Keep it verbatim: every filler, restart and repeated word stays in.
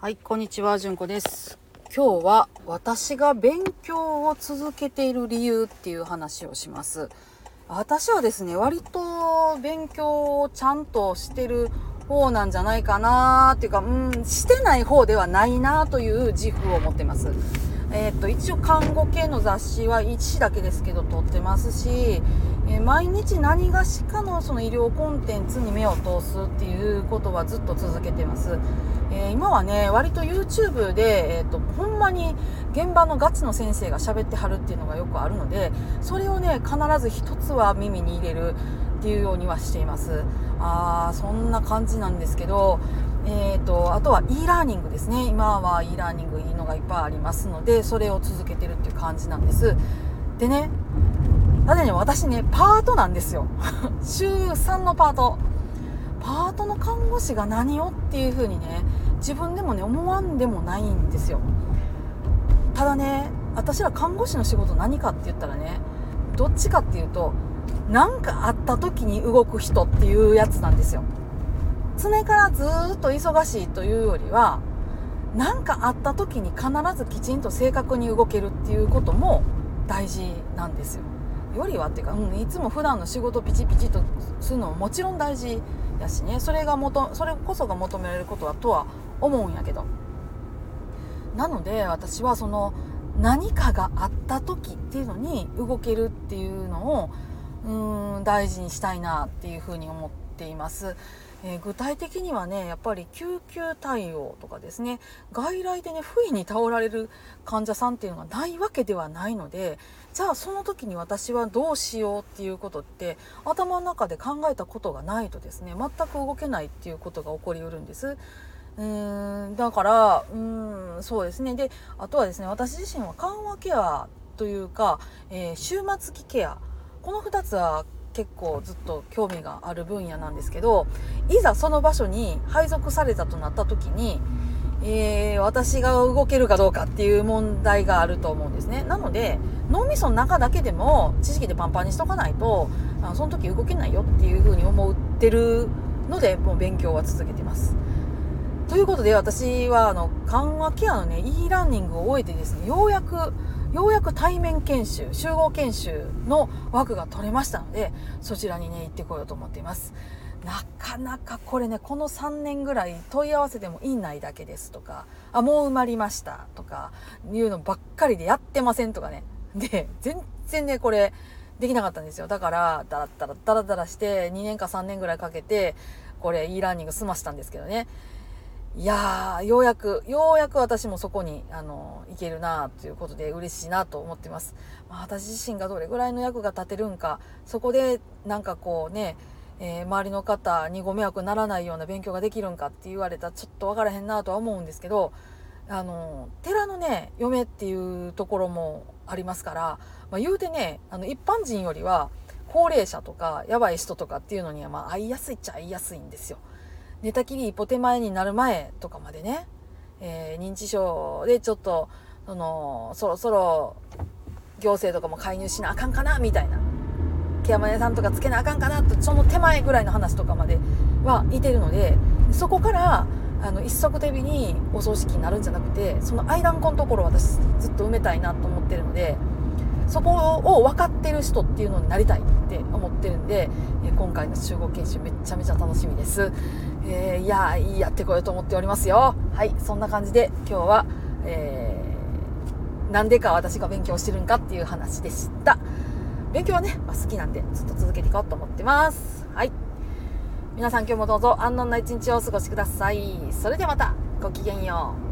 はい、こんにちは、じゅんこです。今日は私が勉強を続けている理由っていう話をします。私はですね、割と勉強をちゃんとしてる方なんじゃないかなっていうか、うん、してない方ではないなという自負を持ってます。えー、っと一応看護系の雑誌はいち誌だけですけど撮ってますし、えー、毎日何がしかのその医療コンテンツに目を通すっていうことはずっと続けてます。えー、今はね割と YouTube で、えー、っとほんまに現場のガチの先生が喋ってはるっていうのがよくあるので、それをね必ず一つは耳に入れるっていうようにはしています。あーそんな感じなんですけど、えー、とあとは e ラーニングですね。今は e ラーニングいいのがいっぱいありますので、それを続けてるっていう感じなんです。でね、ただね私ねパートなんですよ週さんのパートパートの看護師が何をっていう風にね自分でもね思わんでもないんですよ。ただね私ら看護師の仕事何かって言ったらね、どっちかっていうと何かあった時に動く人っていうやつなんですよ。常からずっと忙しいというよりは、何かあった時に必ずきちんと正確に動けるっていうことも大事なんですよ。よりはっていうか、うん、いつも普段の仕事ピチピチとするのももちろん大事やしね、それが求それこそが求められることだとは思うんやけど、なので私はその何かがあった時っていうのに動けるっていうのをうーん大事にしたいなっていうふうに思っています。えー、具体的にはねやっぱり救急対応とかですね、外来でね不意に倒れられる患者さんっていうのがないわけではないので、じゃあその時に私はどうしようっていうことって頭の中で考えたことがないとですね、全く動けないっていうことが起こりうるんです。うーんだからうーんそうですね。であとはですね、私自身は緩和ケアというか、えー、終末期ケア、このふたつは結構ずっと興味がある分野なんですけど、いざその場所に配属されたとなった時に、えー、私が動けるかどうかっていう問題があると思うんですね。なので脳みその中だけでも知識でパンパンにしとかないと、あのその時動けないよっていう風に思ってるので、もう勉強は続けてます。ということで私はあの緩和ケアのね e ラーニングを終えてですね、ようやくようやく対面研修、集合研修の枠が取れましたので、そちらにね行ってこようと思っています。なかなかこれね、このさんねんぐらい問い合わせても院内だけですとか、あもう埋まりましたとかいうのばっかりでやってませんとかね、で全然ねこれできなかったんですよ。だからダラダラダラダラしてにねんかさんねんぐらいかけてこれ e ラーニング済ましたんですけどね。いやーようやくようやく私もそこにあの行けるなということで嬉しいなと思ってます。まあ、私自身がどれぐらいの役が立てるんか、そこでなんかこうね、えー、周りの方にご迷惑にならないような勉強ができるんかって言われたらちょっと分からへんなとは思うんですけど、あの寺のね嫁っていうところもありますから、まあ、言うてねあの一般人よりは高齢者とかやばい人とかっていうのにはまあ合いやすいっちゃ合いやすいんですよ。寝たきり一歩手前になる前とかまでね、えー、認知症でちょっとそのそろそろ行政とかも介入しなあかんかなみたいな、ケアマネさんとかつけなあかんかなと、その手前ぐらいの話とかまではいてるので、そこからあの一足飛びにお葬式になるんじゃなくて、その間んこのところを私ずっと埋めたいなと思ってるので、そこを分かってる人っていうのになりたいって思ってるんで、えー、今回の集合研修めちゃめちゃ楽しみです。えー、いやーやってこようと思っておりますよ。はい、そんな感じで今日は、えー、なんでか私が勉強してるんかっていう話でした。勉強はね、まあ、好きなんでずっと続けていこうと思ってます。はい、皆さん今日もどうぞ安穏な一日をお過ごしください。それではまた、ごきげんよう。